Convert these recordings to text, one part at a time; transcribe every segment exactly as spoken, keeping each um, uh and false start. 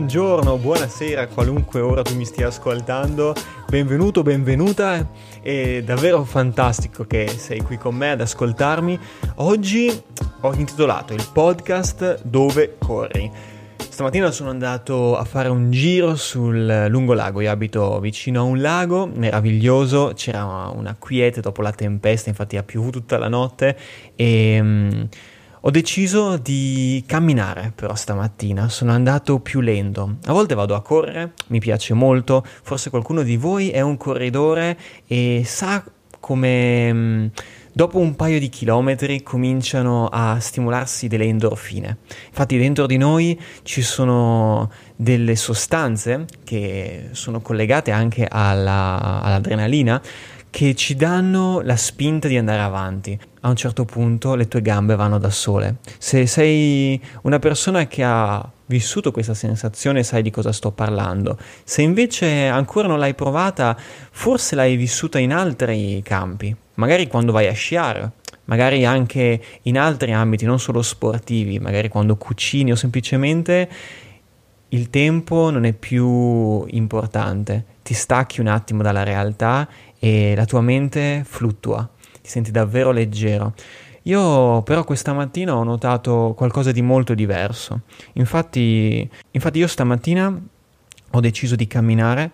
Buongiorno, buonasera, qualunque ora tu mi stia ascoltando, benvenuto, benvenuta, è davvero fantastico che sei qui con me ad ascoltarmi. Oggi ho intitolato il podcast Dove corri? Stamattina sono andato a fare un giro sul lungolago, io abito vicino a un lago meraviglioso, c'era una quiete dopo la tempesta, infatti ha piovuto tutta la notte e... Um, Ho deciso di camminare però stamattina, sono andato più lento. A volte vado a correre, mi piace molto, forse qualcuno di voi è un corridore e sa come mh, dopo un paio di chilometri cominciano a stimolarsi delle endorfine. Infatti dentro di noi ci sono delle sostanze che sono collegate anche alla, all'adrenalina, che ci danno la spinta di andare avanti. A un certo punto le tue gambe vanno da sole. Se sei una persona che ha vissuto questa sensazione, sai di cosa sto parlando. Se invece ancora non l'hai provata, forse l'hai vissuta in altri campi, magari quando vai a sciare, magari anche in altri ambiti, non solo sportivi, magari quando cucini o semplicemente il tempo non è più importante, ti stacchi un attimo dalla realtà e la tua mente fluttua, ti senti davvero leggero. Io però questa mattina ho notato qualcosa di molto diverso. Infatti, infatti io stamattina ho deciso di camminare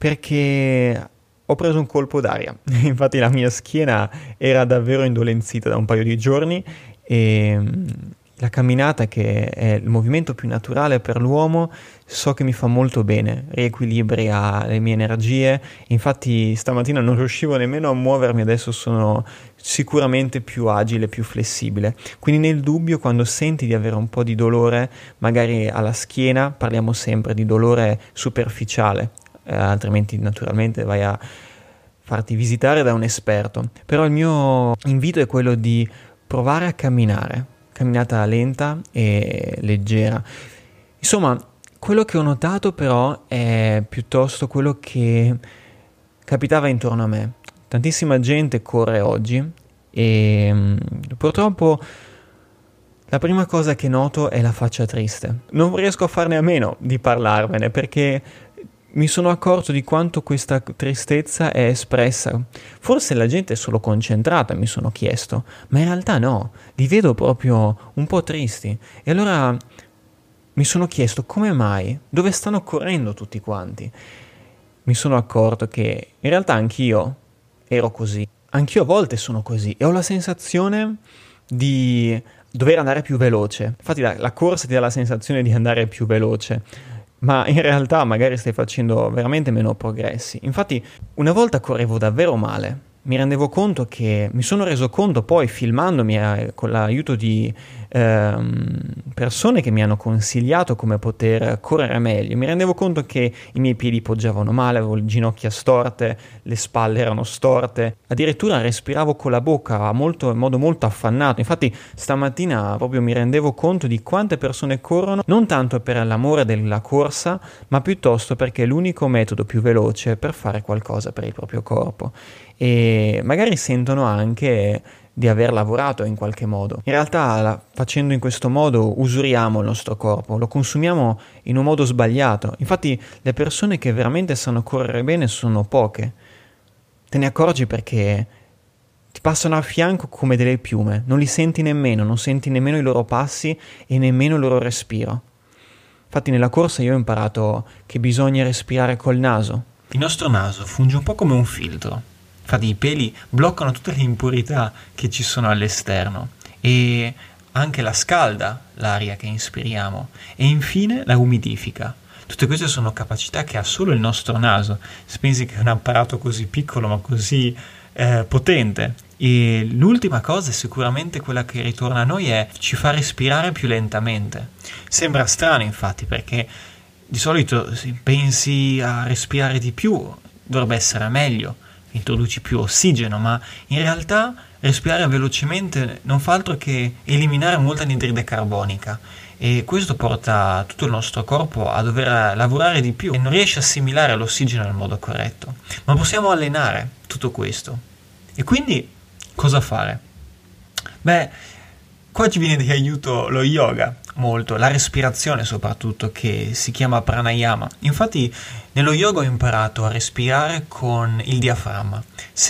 perché ho preso un colpo d'aria. Infatti la mia schiena era davvero indolenzita da un paio di giorni e la camminata, che è il movimento più naturale per l'uomo, so che mi fa molto bene, riequilibra le mie energie. Infatti stamattina non riuscivo nemmeno a muovermi, adesso sono sicuramente più agile, più flessibile. Quindi nel dubbio, quando senti di avere un po' di dolore, magari alla schiena, parliamo sempre di dolore superficiale, eh, altrimenti naturalmente vai a farti visitare da un esperto. Però il mio invito è quello di provare a camminare. Camminata lenta e leggera. Insomma, quello che ho notato però è piuttosto quello che capitava intorno a me. Tantissima gente corre oggi e purtroppo la prima cosa che noto è la faccia triste. Non riesco a farne a meno di parlarvene perché mi sono accorto di quanto questa tristezza è espressa. Forse la gente è solo concentrata, mi sono chiesto, ma in realtà no, li vedo proprio un po' tristi. E allora mi sono chiesto come mai, dove stanno correndo tutti quanti? Mi sono accorto che in realtà anch'io ero così, anch'io a volte sono così e ho la sensazione di dover andare più veloce. Infatti la, la corsa ti dà la sensazione di andare più veloce, ma in realtà magari stai facendo veramente meno progressi. Infatti una volta correvo davvero male, mi rendevo conto che, mi sono reso conto poi filmandomi eh, con l'aiuto di ehm, persone che mi hanno consigliato come poter correre meglio, mi rendevo conto che i miei piedi poggiavano male, avevo le ginocchia storte, le spalle erano storte, addirittura respiravo con la bocca molto, in modo molto affannato. Infatti stamattina proprio mi rendevo conto di quante persone corrono, non tanto per l'amore della corsa, ma piuttosto perché è l'unico metodo più veloce per fare qualcosa per il proprio corpo. E magari sentono anche di aver lavorato in qualche modo. In realtà la, facendo in questo modo usuriamo il nostro corpo, lo consumiamo in un modo sbagliato. Infatti le persone che veramente sanno correre bene sono poche. Te ne accorgi perché ti passano a fianco come delle piume, non li senti nemmeno, non senti nemmeno i loro passi e nemmeno il loro respiro. Infatti nella corsa io ho imparato che bisogna respirare col naso. Il nostro naso funge un po' come un filtro. Infatti i peli bloccano tutte le impurità che ci sono all'esterno e anche la scalda l'aria che inspiriamo e infine la umidifica. Tutte queste sono capacità che ha solo il nostro naso. Se pensi che è un apparato così piccolo ma così eh, potente. E l'ultima cosa è sicuramente quella che ritorna a noi, è ci fa respirare più lentamente. Sembra strano infatti, perché di solito se pensi a respirare di più dovrebbe essere meglio, introduci più ossigeno, ma in realtà respirare velocemente non fa altro che eliminare molta anidride carbonica e questo porta tutto il nostro corpo a dover lavorare di più e non riesce a assimilare l'ossigeno nel modo corretto. Ma possiamo allenare tutto questo. E quindi cosa fare? Beh, Qua ci viene di aiuto lo yoga, molto, la respirazione soprattutto, che si chiama pranayama. Infatti nello yoga ho imparato a respirare con il diaframma.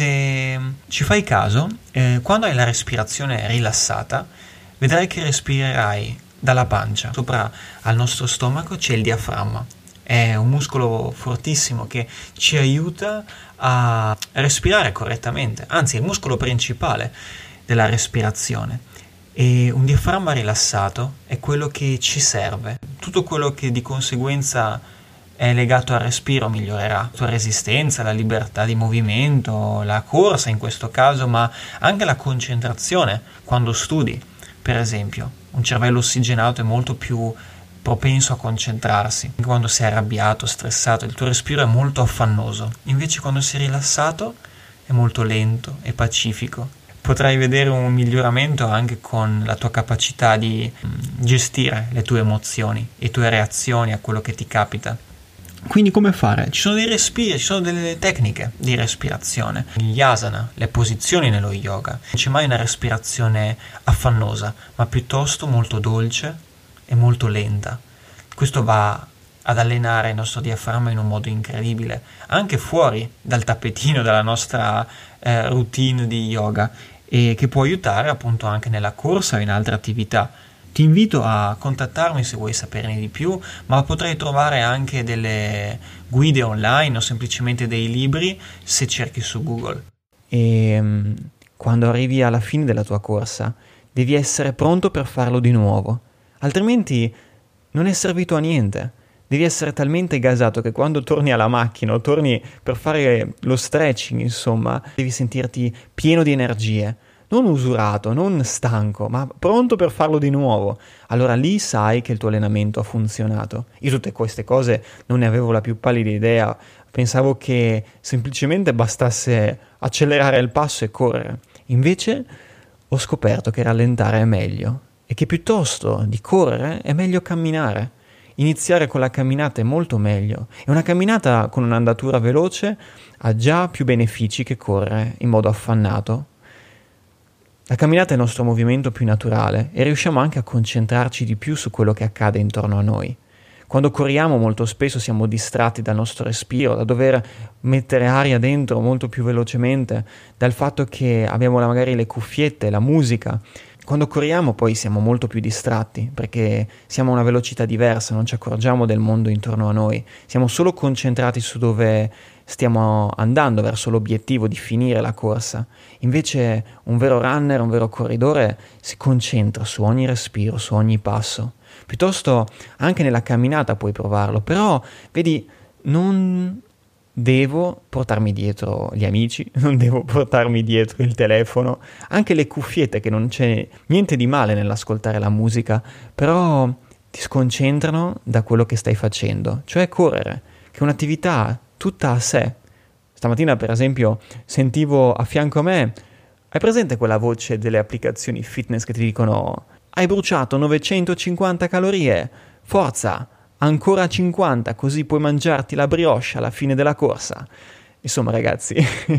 Se ci fai caso, eh, quando hai la respirazione rilassata, vedrai che respirerai dalla pancia. Sopra al nostro stomaco c'è il diaframma. È un muscolo fortissimo che ci aiuta a respirare correttamente, anzi è il muscolo principale della respirazione. E un diaframma rilassato è quello che ci serve. Tutto quello che di conseguenza è legato al respiro migliorerà. La tua resistenza, la libertà di movimento, la corsa in questo caso, ma anche la concentrazione quando studi, per esempio. Un cervello ossigenato è molto più propenso a concentrarsi. Anche quando sei arrabbiato, stressato, il tuo respiro è molto affannoso. Invece quando sei rilassato è molto lento e pacifico. Potrai vedere un miglioramento anche con la tua capacità di gestire le tue emozioni, le tue reazioni a quello che ti capita. Quindi come fare? Ci sono dei respiri, ci sono delle tecniche di respirazione. Gli asana, le posizioni nello yoga. Non c'è mai una respirazione affannosa, ma piuttosto molto dolce e molto lenta. Questo va ad allenare il nostro diaframma in un modo incredibile, anche fuori dal tappetino della nostra eh, routine di yoga, e che può aiutare appunto anche nella corsa o in altre attività. Ti invito a contattarmi se vuoi saperne di più, ma potrai trovare anche delle guide online o semplicemente dei libri se cerchi su Google. E um, quando arrivi alla fine della tua corsa devi essere pronto per farlo di nuovo, altrimenti non è servito a niente. Devi essere talmente gasato che quando torni alla macchina o torni per fare lo stretching, insomma, devi sentirti pieno di energie, non usurato, non stanco, ma pronto per farlo di nuovo. Allora lì sai che il tuo allenamento ha funzionato. Io tutte queste cose non ne avevo la più pallida idea, pensavo che semplicemente bastasse accelerare il passo e correre. Invece ho scoperto che rallentare è meglio e che piuttosto di correre è meglio camminare. Iniziare con la camminata è molto meglio e una camminata con un'andatura veloce ha già più benefici che correre in modo affannato. La camminata è il nostro movimento più naturale e riusciamo anche a concentrarci di più su quello che accade intorno a noi. Quando corriamo molto spesso siamo distratti dal nostro respiro, da dover mettere aria dentro molto più velocemente, dal fatto che abbiamo magari le cuffiette, la musica. Quando corriamo poi siamo molto più distratti perché siamo a una velocità diversa, non ci accorgiamo del mondo intorno a noi, siamo solo concentrati su dove stiamo andando, verso l'obiettivo di finire la corsa. Invece un vero runner, un vero corridore si concentra su ogni respiro, su ogni passo. Piuttosto anche nella camminata puoi provarlo, però vedi, non devo portarmi dietro gli amici, non devo portarmi dietro il telefono, anche le cuffiette, che non c'è niente di male nell'ascoltare la musica, però ti sconcentrano da quello che stai facendo, cioè correre, che è un'attività tutta a sé. Stamattina per esempio sentivo a fianco a me, hai presente quella voce delle applicazioni fitness che ti dicono hai bruciato novecentocinquanta calorie, forza, ancora cinquanta, così puoi mangiarti la brioche alla fine della corsa. Insomma ragazzi,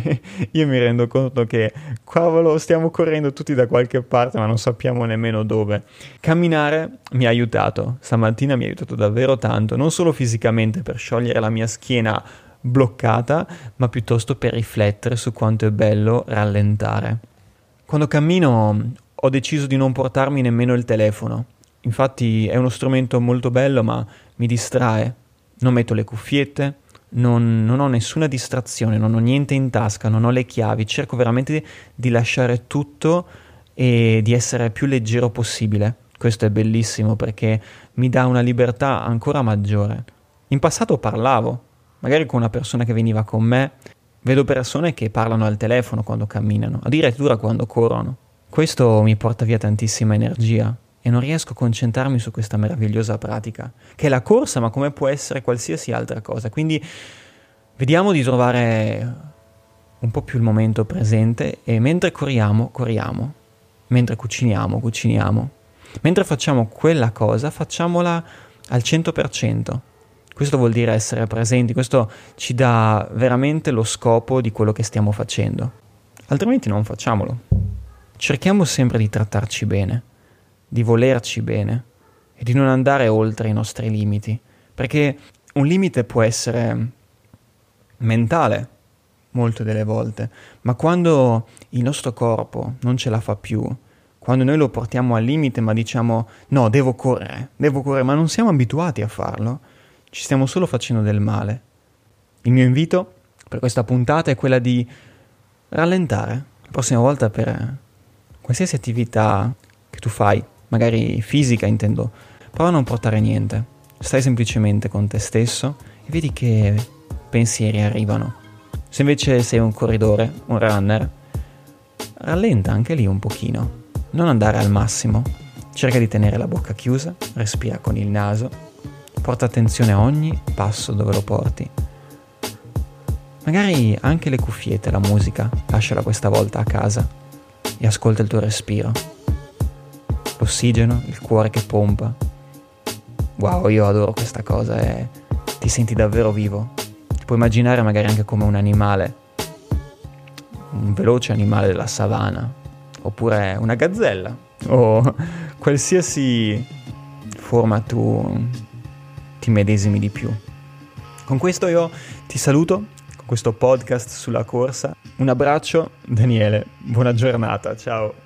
io mi rendo conto che cavolo stiamo correndo tutti da qualche parte ma non sappiamo nemmeno dove. Camminare mi ha aiutato, stamattina mi ha aiutato davvero tanto, non solo fisicamente per sciogliere la mia schiena bloccata, ma piuttosto per riflettere su quanto è bello rallentare. Quando cammino ho deciso di non portarmi nemmeno il telefono. Infatti è uno strumento molto bello ma mi distrae. Non metto le cuffiette, non, non ho nessuna distrazione, non ho niente in tasca, non ho le chiavi. Cerco veramente di lasciare tutto e di essere più leggero possibile. Questo è bellissimo perché mi dà una libertà ancora maggiore. In passato parlavo, magari con una persona che veniva con me. Vedo persone che parlano al telefono quando camminano, addirittura quando corrono. Questo mi porta via tantissima energia e non riesco a concentrarmi su questa meravigliosa pratica, che è la corsa, ma come può essere qualsiasi altra cosa. Quindi vediamo di trovare un po' più il momento presente e mentre corriamo, corriamo. Mentre cuciniamo, cuciniamo. Mentre facciamo quella cosa, facciamola al cento per cento. Questo vuol dire essere presenti, questo ci dà veramente lo scopo di quello che stiamo facendo. Altrimenti non facciamolo. Cerchiamo sempre di trattarci bene. di volerci bene e di non andare oltre i nostri limiti, perché un limite può essere mentale molte delle volte, ma quando il nostro corpo non ce la fa più, quando noi lo portiamo al limite ma diciamo no, devo correre, devo correre, ma non siamo abituati a farlo, ci stiamo solo facendo del male. Il mio invito per questa puntata è quella di rallentare la prossima volta per qualsiasi attività che tu fai, magari fisica intendo, prova a non portare niente, stai semplicemente con te stesso e vedi che pensieri arrivano. Se invece sei un corridore, un runner, rallenta anche lì un pochino, non andare al massimo, cerca di tenere la bocca chiusa, respira con il naso, porta attenzione a ogni passo dove lo porti. Magari anche le cuffiette, la musica, lasciala questa volta a casa e ascolta il tuo respiro, l'ossigeno, il cuore che pompa. Wow, io adoro questa cosa e ti senti davvero vivo. Ti puoi immaginare magari anche come un animale, un veloce animale della savana, oppure una gazzella, o qualsiasi forma tu ti medesimi di più. Con questo io ti saluto, con questo podcast sulla corsa. Un abbraccio, Daniele, buona giornata, ciao!